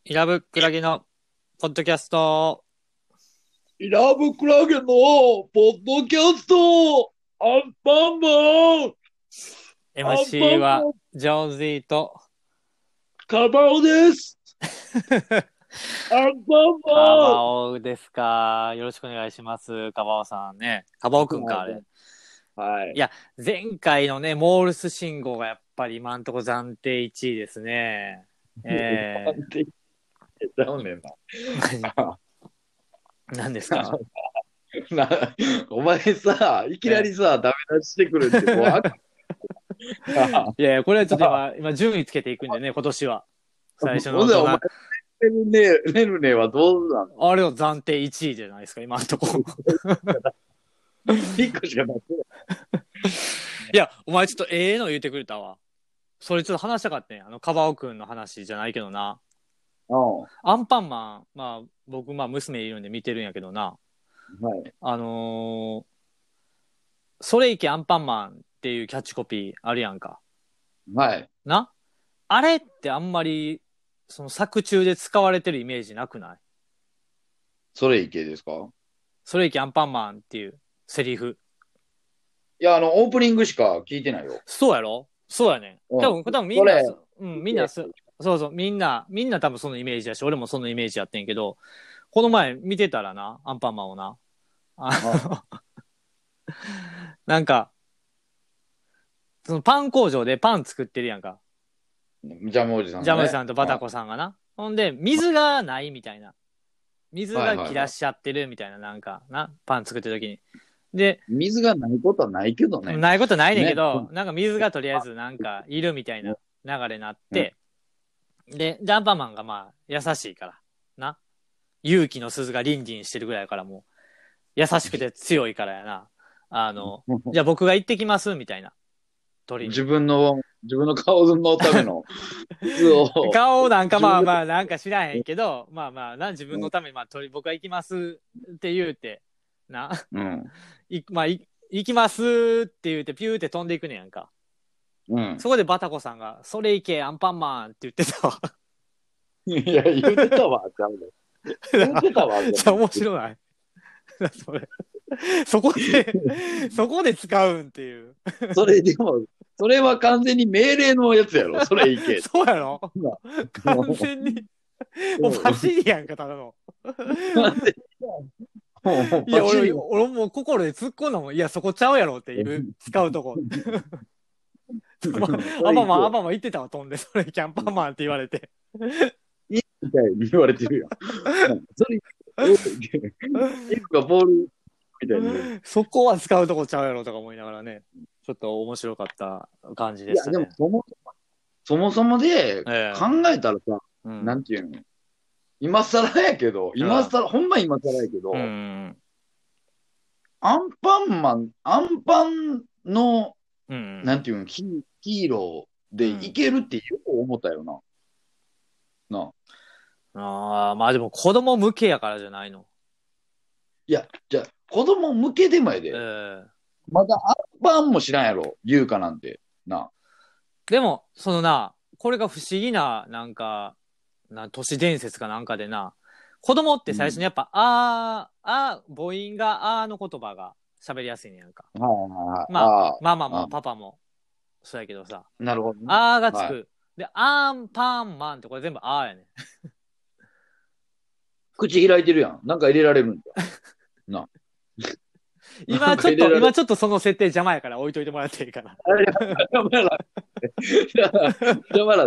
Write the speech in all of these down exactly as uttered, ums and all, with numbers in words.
イラブクラゲのポッドキャスト。 イラブクラゲのポッドキャスト、アンパンマン、アンパエムシー はンマン、 ジョーズィーとカバオです。アンパンカマン。 バオですか。よろしくお願いします。カバオさんね。カバオくんか、あれ。 はい。 いや、前回のね、モールス信号がやっぱり今んとこ暫定いちいですね。えなんて言ったのねんー、 な。 何ですか？ なお前さ、いきなりさ、ダメ出ししてくるって、もうあかんいやいや、これはちょっと今、今順位つけていくんでね、今年は。最初のほんで、お前、 どな、 レルネ、レルネはどうなの？ あれは暫定いちいじゃないですか、今んとこ。 いっこしかなってない。 いや、お前ちょっとええの言ってくれたわ。それちょっと話したかったね。あの、カバオくんの話じゃないけどな。 うアンパンマン、まあ、僕、まあ、娘いるんで見てるんやけどな。 ん。はい。 あのー、それいけアンパンマンっていうキャッチコピーあるやんか。 はい。 なあれってあんまり、その作中で使われてるイメージなくない？ それいけですか？ それいけアンパンマンっていうセリフ。 いや、あの、オープニングしか聞いてないよ。 そうやろ？そうやね。 うん。 多分、多分みんな、 それ、 そうん、みんなそ、そうそう、みんな、みんな多分そのイメージやし、俺もそのイメージやってんけど、この前見てたらな、アンパンマンをな、ああ、 のなんか、そのパン工場でパン作ってるやんか。 ジャムおじさんジャムがね。 さんとバタコさんがな。ほんで、水がないみたいな。水はいがはいはい。 切らしちゃってるみたいな、なんか、な、パン作ってる時に。で、 水がないことはないけどね。 ないことないねんけね。 ど、なんか水がとりあえずなんかいるみたいな流れになって、で、ジャンパーマンがまあ、優しいから、な。勇気の鈴がリンリンしてるぐらいやからもう、優しくて強いからやな。あの、じゃあ僕が行ってきます、みたいな。鳥に。 自分の、自分の顔のための水を、 顔なんか自分で、 まあまあなんか知らへんけど、まあまあな、自分のためにまあ鳥僕は行きますって言うて、な、 うん、 いまあい行きますって言うてピューって飛んでいくねやんか。 うん。 そこでバタコさんが、それ行けアンパンマンって言ってたわ。 いや、言うてたわ、ちゃうね。言うてたわ、じゃじゃあ面白ないそれ。そこで、そこで使うんっていう。 それでも、それは完全に命令のやつやろ、それいけ。 そうやろ？完も全に、もうう、 パシリやんか、ただの。 完全に、もう、 いや、俺、 パチリ。 俺もう心で突っ込んだもん。いや、そこちゃうやろっていう、使うとこ。まそあ、アれいけ。 バマン、アバマン言ってたわ、飛んで、それキャンパーマンって言われて。 いいみたいに言われてるよ。それ、一個がボールみたいに。 そこは使うとこちゃうやろとか思いながらね、ちょっと面白かった感じいや、でもでしたね。 そも、そもそもでえ考えたらさ、 えうん。 なんていうの、今更やけど、今更、ほんま今更やけうど、 ん。 アンパンマン、アンパンの、 うん。 なんていうの、ヒヒーローでいうん。 けるってよく思ったよな。な。 ああ、まあでも子供向けやからじゃないの。 いや、じゃあ、子供向けでもやえで。 えまだアンパンも知らんやろ、優香なんて。な。 でも、そのな、これが不思議な、なんか、な、都市伝説かなんかでな、子供ってうん。 最初にやっぱ、あー、あー、母音があーの言葉が喋りやすいねやんか。 はいはいはい。 まあ、 ああ、 ママもあパパも、そうやけどさ、 なるほどね。 あーがつはい。 く。で、アンパンマンってこれ全部あーやねん。 口開いてるやん。なんか入れられるんじゃん。な。なん今ちょっと、 か入れられる。 今ちょっとその設定邪魔やから置いといてもらっていいかな。 あれ、邪魔ら。邪魔ら。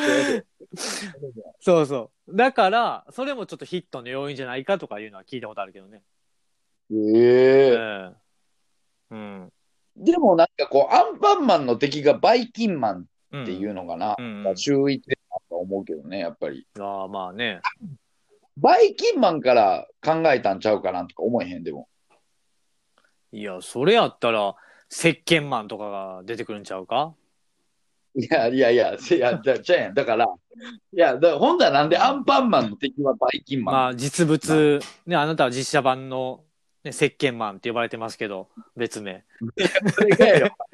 そうそう。だから、それもちょっとヒットの要因じゃないかとかいうのは聞いたことあるけどね。えええ、 えうん。 でもなんかこう、アンパンマンの敵がバイキンマンっていうん。 うのかな。 うん。 秀逸だなと思うけどね、やっぱり。 ああ、まあね。 バイキンマンから考えたんちゃうかなとか思えへん、でも。 いや、それやったら、石鹸マンとかが出てくるんちゃうか？ いやいやいや、いや、じゃ、じゃやん。だから、いや、だほんだらなんでアうん。 ンパンマンの敵はバイキンマンまあ、実な。 物、ね、あなたは実写版の、ね、石鹸マンって呼ばれてますけど、別名。 いや、それがやろ。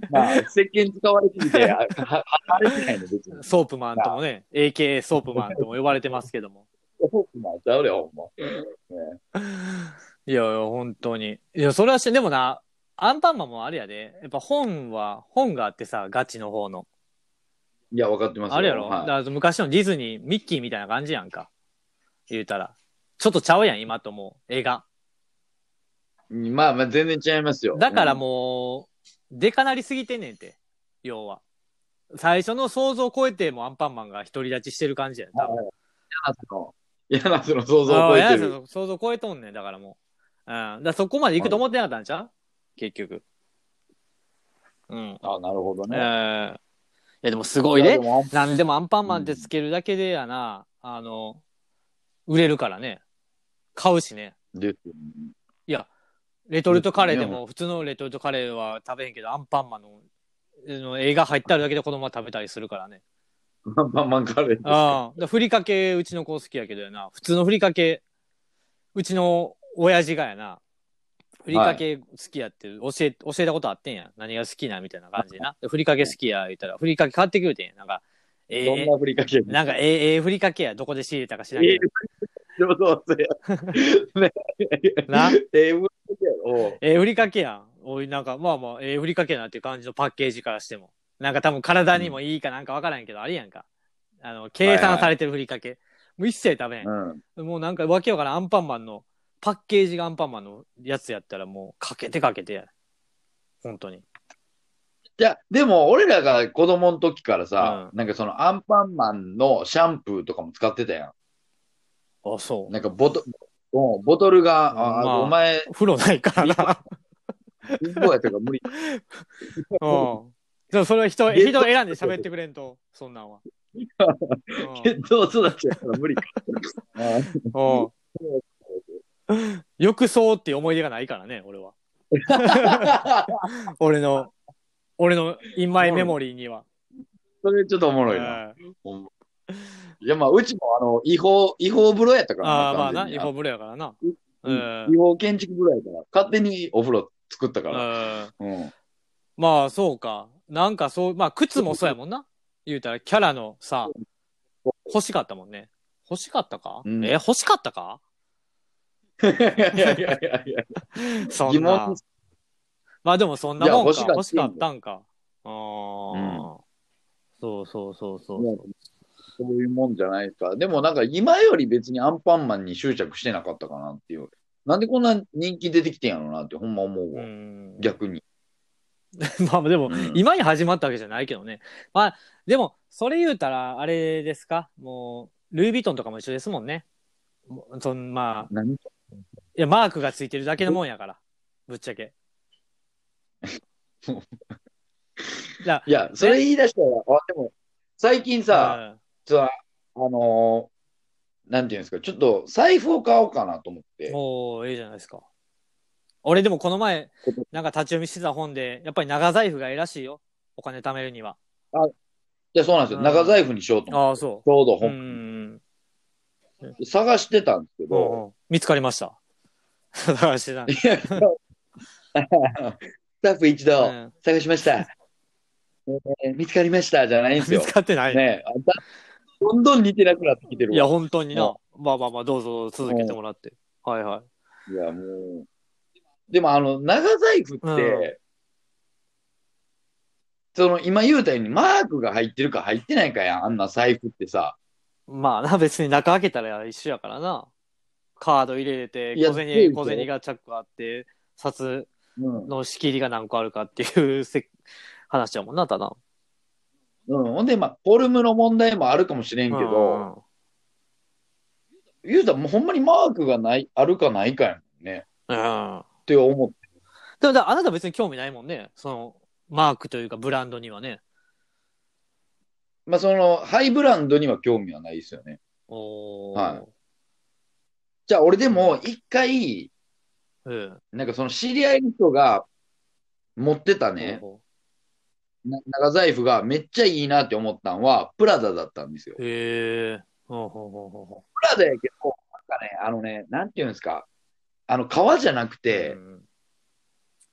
まあ、石鹸使われすぎて、は、は、離れてないの、別に。 ソープマンともね、エーケーエー ソープマンとも呼ばれてますけども。 まあ、ちゃうよ、ほんま。 いやいや、本当に。いや、それはし、でもな、アンパンマンもあれやで。やっぱ本は、本があってさ、ガチの方の。 いや、分かってますよ。 あれやろ、 はい、 だから昔のディズニー、ミッキーみたいな感じやんか。言うたら。ちょっとちゃうやん、今ともう、絵が。 まあまあ、全然違いますよ。 だからもう、でかなりすぎてんねんて。要は。最初の想像を超えてもアンパンマンが独り立ちしてる感じやん。多分。 うん。柳瀬の想像をああ、 超えてる。 やつ想像超えとんねん、だからもう。うん。だからそこまで行くと思ってなかったんちゃう結局。うん。 あ、なるほどえね。 ー、いやでもすごいね。 いやでもなんでもアンパンマンってつけるだけでやな、あの、売れるからね。買うしね。 ですよね。 いや、レトルトカレーでも、普通のレトルトカレーは食べへんけど、アンパンマンのの映画入ってあるだけで子供は食べたりするからね。 アンパンマンカレーですか。 ああ、ふりかけ、うちの子好きやけどやな。普通のふりかけ、うちの親父がやな。ふりかけ好きやって教え、教えたことあってんや。何が好きなみたいな感じでな。でふりかけ好きや、言ったら、ふりかけ買ってくれてんや。なんか、えどんえなふりかけなんか、ええええふりかけや。どこで仕入れたか知らんええけど。 そうそうそうや。ね。 なええふりかけやろ。 ええふりかけやん。おい、なんか、まあまあ、ええふりかけやなっていう感じのパッケージからしても。なんか多分体にもいいかなんかわからんけど、あれやんか。あの、計算されてるふりかけ。もう一切食べん。 うん。 もうなんかわけわからんアンパンマンの、パッケージがアンパンマンのやつやったらもうかけてかけてや。本当に。 いや、でも、俺らが子供の時からさ、 うんなんかそのアンパンマンのシャンプーとかも使ってたやん。 あ、そう。 なんかボト、うんボトルが、あ、 うんまあお前、 風呂ないからな。 貧乏やったから無理。 うん。でもそれは人、 ゲット人選んで喋ってくれんと、そんなんは。 血統育ちやから無理か。 うん。うん。浴槽っていう思い出がないからね、俺は。俺の、俺のインマイメモリーには。 それちょっとおもうんろいな。ほんまいや、まあ、うちもあの、違法、違法風呂やったからな、 ああ、まあな、 完全に。 違法風呂やからな。 ううん違法建築風呂やから、勝手にお風呂作ったかうら。 ん。 うん。 まあ、そうか。なんかそう、まあ、靴もそうやもんな。言うたら、キャラのさ、欲しかったもんね。欲しかったか、 うんえ、欲しかったかいやいやいやいやいや。疑問そんなに。 まあでもそんなもんか。 いや欲しかった欲しかったんか。ああ、 うんそうそうそうそういやそう。 そういうもんじゃないですか。でもなんか今より別にアンパンマンに執着してなかったかなっていう。なんでこんな人気出てきてんやろなってほんま思ううわ。 ん。 逆に。 まあでも、 うん今に始まったわけじゃないけどね。まあ、でも、それ言うたら、あれですかもう、ルイ・ヴィトンとかも一緒ですもんね。もうそんまあ、 何いや、マークがついてるだけのもんやから。ぶっちゃけ。いや、 いや、それ言い出したら、あ、でも、最近さ、さ、あのーなんていうんですか、ちょっと財布を買おうかなと思っうん、 て。 もう、いいじゃないですか。俺でもこの前、なんか立ち読みしてた本で、やっぱり長財布がいいらしいよ。お金貯めるには。 あ、いや、そうなんですよ。 うん長財布にしようと思ああ、 って。 そちょうどう。う本、 ん。 探してたんですけうんど、 うん見つかりました。だからしてない。 いやスタッフ一同うん探しました。えー見つかりましたじゃないんですよ。 見つかってない。 ねえ、あんたどんどん似てなくなってきてるいや、 わ。 本当になも。 まあまあまあ、どうぞ続けてもらって。はいはいや、もう。でも、あの、長財布って、 うんその、今言うたように、マークが入ってるか入ってないかやん、あんな財布ってさ。 い。まあな、別に中開けたら一緒やからな。カード入れれて、 いや小銭、 そうでしょ小銭がチャックあって、札うん。 の仕切りが何個あるかっていうせ話やもんな、ただ。 うん。ほんで、まあ、フォルムの問題もあるかもしれんけど、言うたらもうほんまにマークがない、あるかないかやもんね。 うん。うん。 って思って。 でも、だからあなた別に興味ないもんね。その、マークというかブランドにはね。 まあ、その、ハイブランドには興味はないですよね。 おー。 はいじゃあ、俺でも、一回、 うん。 なんかその知り合いの人が持ってたね、 ほな長財布がめっちゃいいなって思ったのは、プラダだったんですよ。 うほうへえ。ほうほうほうほうほプラダやけど、なんかね、あのね、なんていうんですか、あの、革じゃなくう。 て、 うん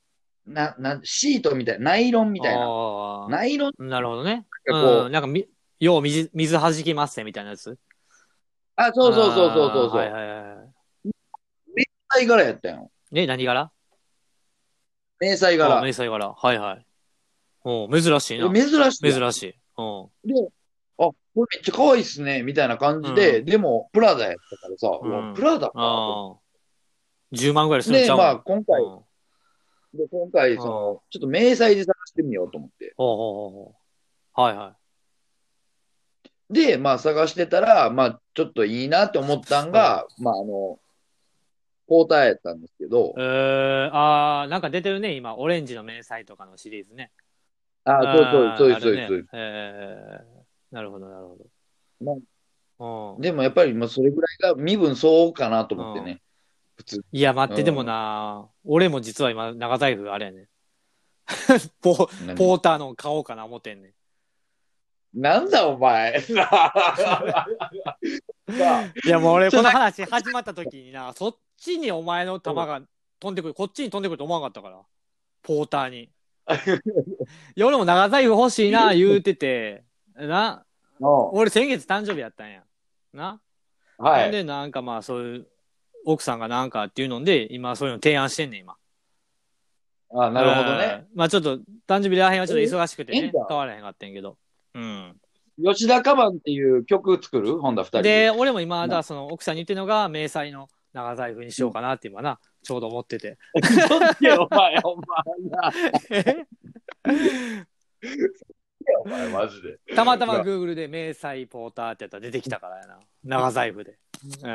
な、な、シートみたいな、ナイロンみたいな。 あナイロンあ、なるほどね。 がこう、 うん。なんかみ、よう水、水弾きますね、みたいなやつ。 あ、そうそうそうそうそああ、はいうそはいはい。 う。迷彩柄やったよ。 え、何柄？ 迷彩ああ、迷柄。 彩柄。はいはい。おう珍しいえ、 な。 珍しいや珍しい。うん。 ん。で、あ、これめっちゃ可愛いっすね、みたいな感じで、 うん。 でも、プラダやったからさ、うわ、 うん。 プラダか、と。 ああ。じゅうまんぐらいするんちで、まあ、 ゃうの？ 今回、 うん。 で、今回、 うん。 その、 ほちょっと迷彩で探してみようと思って。 うほうほうほう。はいはい。 で、まあ、探してたら、まあ、ちょっといいなって思ったんうん。 が、まあ、あの、ポーターやったんですけど、 えー、あー、なんか出てるね、今。オレンジの迷彩とかのシリーズね。 あ、そうそう、そうあー、 です、そうです、 あるね。 そうです。 えー、なるほど、なるほまあ、 ど。 でもやっぱり、まあ、それぐらいが身分相応かなとうん。うん。 思ってね、普通。 いや、待って、でもうん。 な、俺も実は今、長財布あれやね。ポ、ポ何ーターの買おうかな思ってんね。 なんだお前。なあ、 いや、もう俺、このちょっと、 話始まった時にな、そっちにお前の球が飛んでくる、こっちに飛んでくると思わなかったから。ポーターに。いや、俺も長財布欲しいな、言うてて、な、 の、 俺先月誕生日やったんや。な。ほはい。 んで、なんかまあ、そういう、奥さんがなんかっていうので、今そういうの提案してんねん、今。 あ、 うん。 なるほどね。 まあちょっと、誕生日らへんはちょっと忙しくてえ、えんね、 ちゃ変わらへんかったんやけど。うん。 ん、吉田カバンっていう曲作るほんだ二人で。 で、俺も今、だかな、 らその奥さんに言ってるのが、迷彩の長財布にしうん。 ようかなって今な、ちょうど思ってて。 どっちや、お前、お前な。お前、マジで。 たまたまな、 Google で迷彩ポーターってやったら出てきたからやな。長財布で。うん。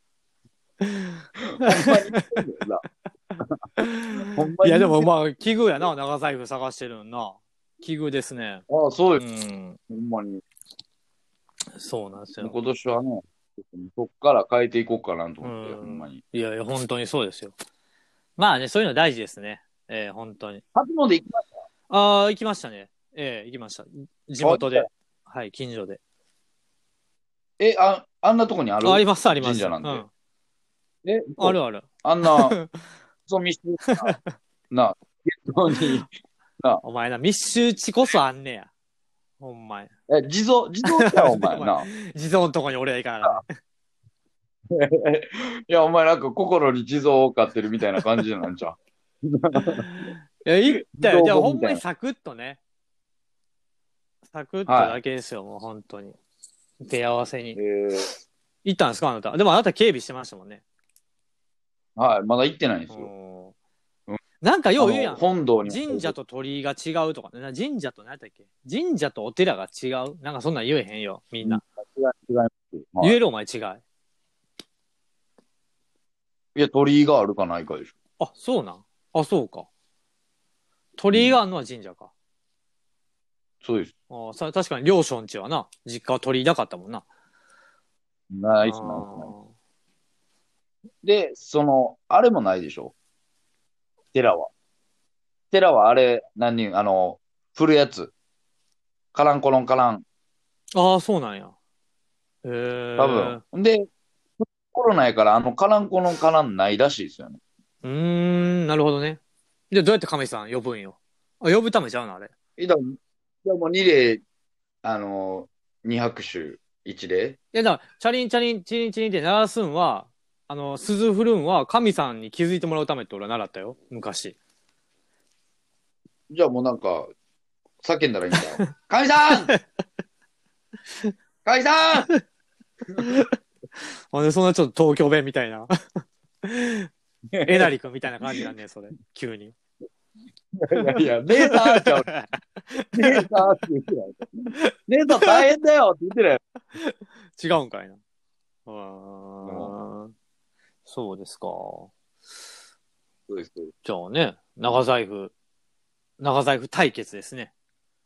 ほんまに言ってんだよな。ほんまいや、でに言ってんもまあ、奇遇やな、長財布探してるんな。奇遇ですね。 の。ああ、そううです。 ん。 ほんまに。 そうなんですよ。 今年はね、そっから変えていこうかなとう思って、ほんまん。 に。 いやいや、本当にそうですよ。まあね、そういうの大事ですね。えー、本当に。 初詣行きましああ、行きましたね。ええ行きました。地た？あ、 元で。はい、近所で。 え、あ、あんなとこにああ、ありるます、あります。 神社なんて。 うん。 え、そう。 あるある。 あんな、そう密集な、な、ゲストに、な、 お前な、密集地こそあんねや。ほんまや。 え、地蔵、地蔵ちゃう、おで、お前、 前な。 地蔵のとこに俺はいかなあかんね。 いや、お前なんか心に地蔵を飼ってるみたいな感じなんじゃん。 いや、行ったよ。 地蔵じゃあ、ほ本みたいな。 んまにサクッとね。サクッとはだけですよ、もう本当に。手合わせい。 に。 えー、 行ったんですか、あなた。でもあなた警備してましたもんね。 はい、まだ行ってないんでうすよ。 ん。 うん、 なんかよあの、 う言うやん。 本堂にも神社と鳥居が違うとかね。な神社と何やったっけ？神社とお寺が違うなんかそんなん言えへんよ、みんうん、 な。 違い、違います。は言えるお前違い。 い。いや、鳥居があるかないかでしあ、そうなん。あ、そうか。 ょ。うん。 鳥居があるのは神社か。 そうです。 あさ確かに両親ちはな、実家は鳥居なかったもんな。 ナイス、ナイス、ナイあス。で、その、あれもないでしょ。寺は。寺はあれ、何人、あの、振るやつ。カランコロンカラン。 あー、そうなんや。へ多え。 分。で、コロナやからあのカランコロンカランないらしいですよね。 うーん、なるほどね。で、どうやって神さん呼ぶんよ。あ、呼ぶためちゃうのあれ。 え、だから、でもに礼、あの、に拍手、いち礼。 いや、だから、チャリンチャリン、チリンチリンって鳴らすんは、あの、鈴振るんは神さんに気づいてもらうためって俺は習ったよ。昔。 じゃあもうなんか、叫んだらいいんちゃう？神さん、神さん。 ほんで、そんなちょっと東京弁みたいな。えなりくんみたいな感じなんねそれ。急に。 いやいや、姉さんちゃう。姉さんって言ってない。姉さん大変だよって言ってない。 違うんかいな。うーん。そうですか。 そうです、そうです。 じゃあね、長財布、長財布対決ですね。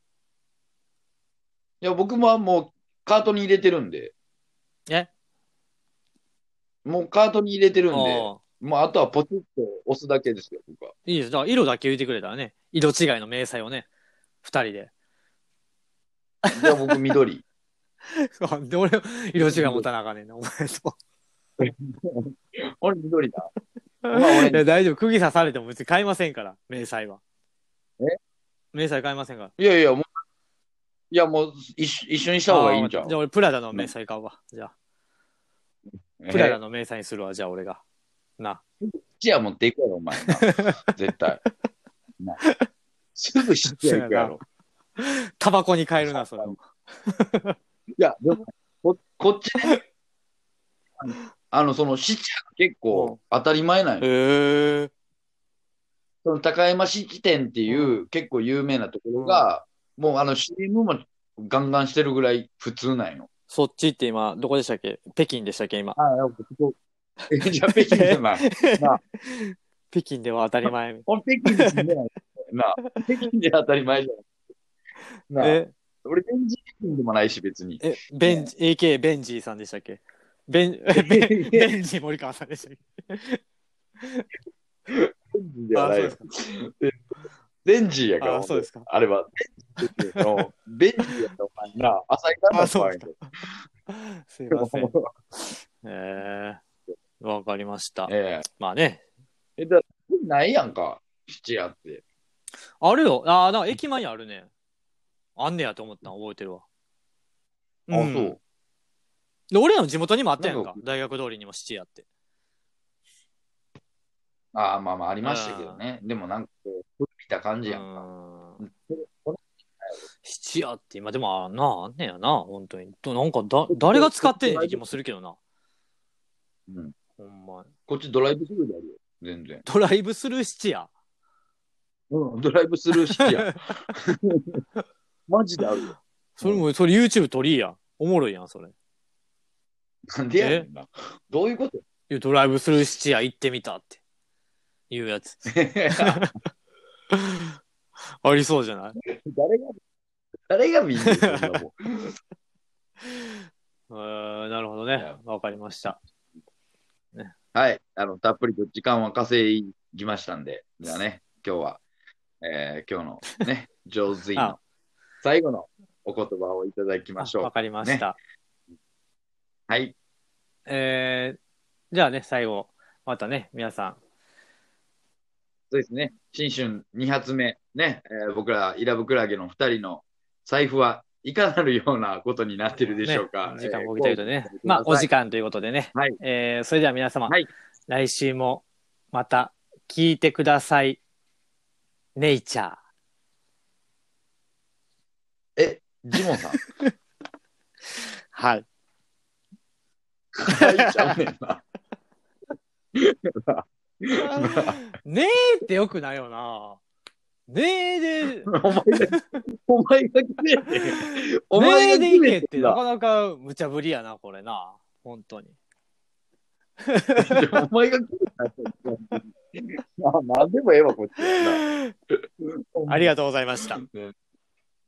いや、僕ももうカートに入れてるんで、 えもうカートに入れてるんで、 ああ、 もうあとはポチッと押すだけですよ、僕は。 いいです。だから色だけ言ってくれたらね、色違いの明細をね、二人で。 じゃあ僕緑。 で、俺、色違い持緑。 たなあかんねんな、お前と。 俺緑だ。 俺いや、大丈夫。釘刺されても別に買いませんから、明細は。 え明細買いませんから。 いやいや、もう、いや、もう一緒、一緒にした方がいいんじゃん。 じゃあ俺、プラダの明細買うわ。じゃあ。プラダの明細にするわ、じゃあ俺が。な。 質屋持っていくやろ、お前な。絶対。なすぐ質屋行くやろ。 タバコに変えるな、それ。 いや、でも、ここっちね、あの、その質屋結構当たり前なんよ。 へえ。 その高山質店っていう結構有名なところが、もうあの シーエム もガンガンしてるぐらい普通なんよ。 そっちって今、どこでしたっけ？北京でしたっけ、今。 ああ、ここ。え、じゃあ北京じゃない。な北京では当たり前。 俺北京で住んでない。な北京で当たり前じゃない。なえ、 俺、ベンジー北京でもないし、別に。 え、ベンジ、エーケー ベンジーさんでしたっけ？ベン、ベン、ベンジー森川さんでしたっけ？ ベンジーではあ、 ないよそうですか。 ベンジーやから、 あ、そうですか。 あれは。ベンジーのベンジーやったらお前な、浅井さんのあ、そう前ですか。すいません。えー、わかりました。 ええまあね。 え、だないやんか、質屋って。 あるよ。ああ、なんか駅前にあるね。あんねやと思ったの覚えてるわ。 あ、 うんそう。 で、俺らの地元にもあったやんかなんか。 大学通りにも質屋って。 ああ、まあまあ、ありましたけどね。でもなんかこう、古びた感じやんか。 うん。質屋って今でもあなあ、あんねやな、本当に。どなんかだ、誰が使ってんねん気もするけどな。 うん。 ほんま。 こっちドライブスルーであるよ。全然。 ドライブスルー質屋。 うん、ドライブスルー質屋。マジであるよ。 それも、それ YouTube 撮りや。おもろいやん、それ。いなんでやねんな。どういうことやドライブスルー質屋行ってみたって。いうやつ。ありそうじゃない？ 誰が、誰が見んねん、そんなもん。 えー、なるほどね。わかりました。 ね、はい。あの、たっぷりと時間は稼ぎましたんで、じゃあね、今日は、えー、今日のね、上手の最後のお言葉をいただきましょう。 わかりました、 ね。はい。 えー、じゃあね、最後、またね、皆さん。 そうですね。新春に発目、ね、えー、僕ら、イラブクラゲのふたりの財布はいかなるようなことになってるでしょうか。 ね、時間もぎたいとね、えー、まあ、お時間ということでね。 はい。 えー、それでは皆様、 はい、 来週もまた聞いてください。ネイチャー。 え、ジモンさん。 はい。 書いちゃうねんな。 ねえってよくないよな。ねえで。 お前が、お前が決めて。 お前が決めて。ねえでいけってなかなか無茶ぶりやな、これな。本当に。 お前が決めた。なんでもええわ、こっち。 ありがとうございました。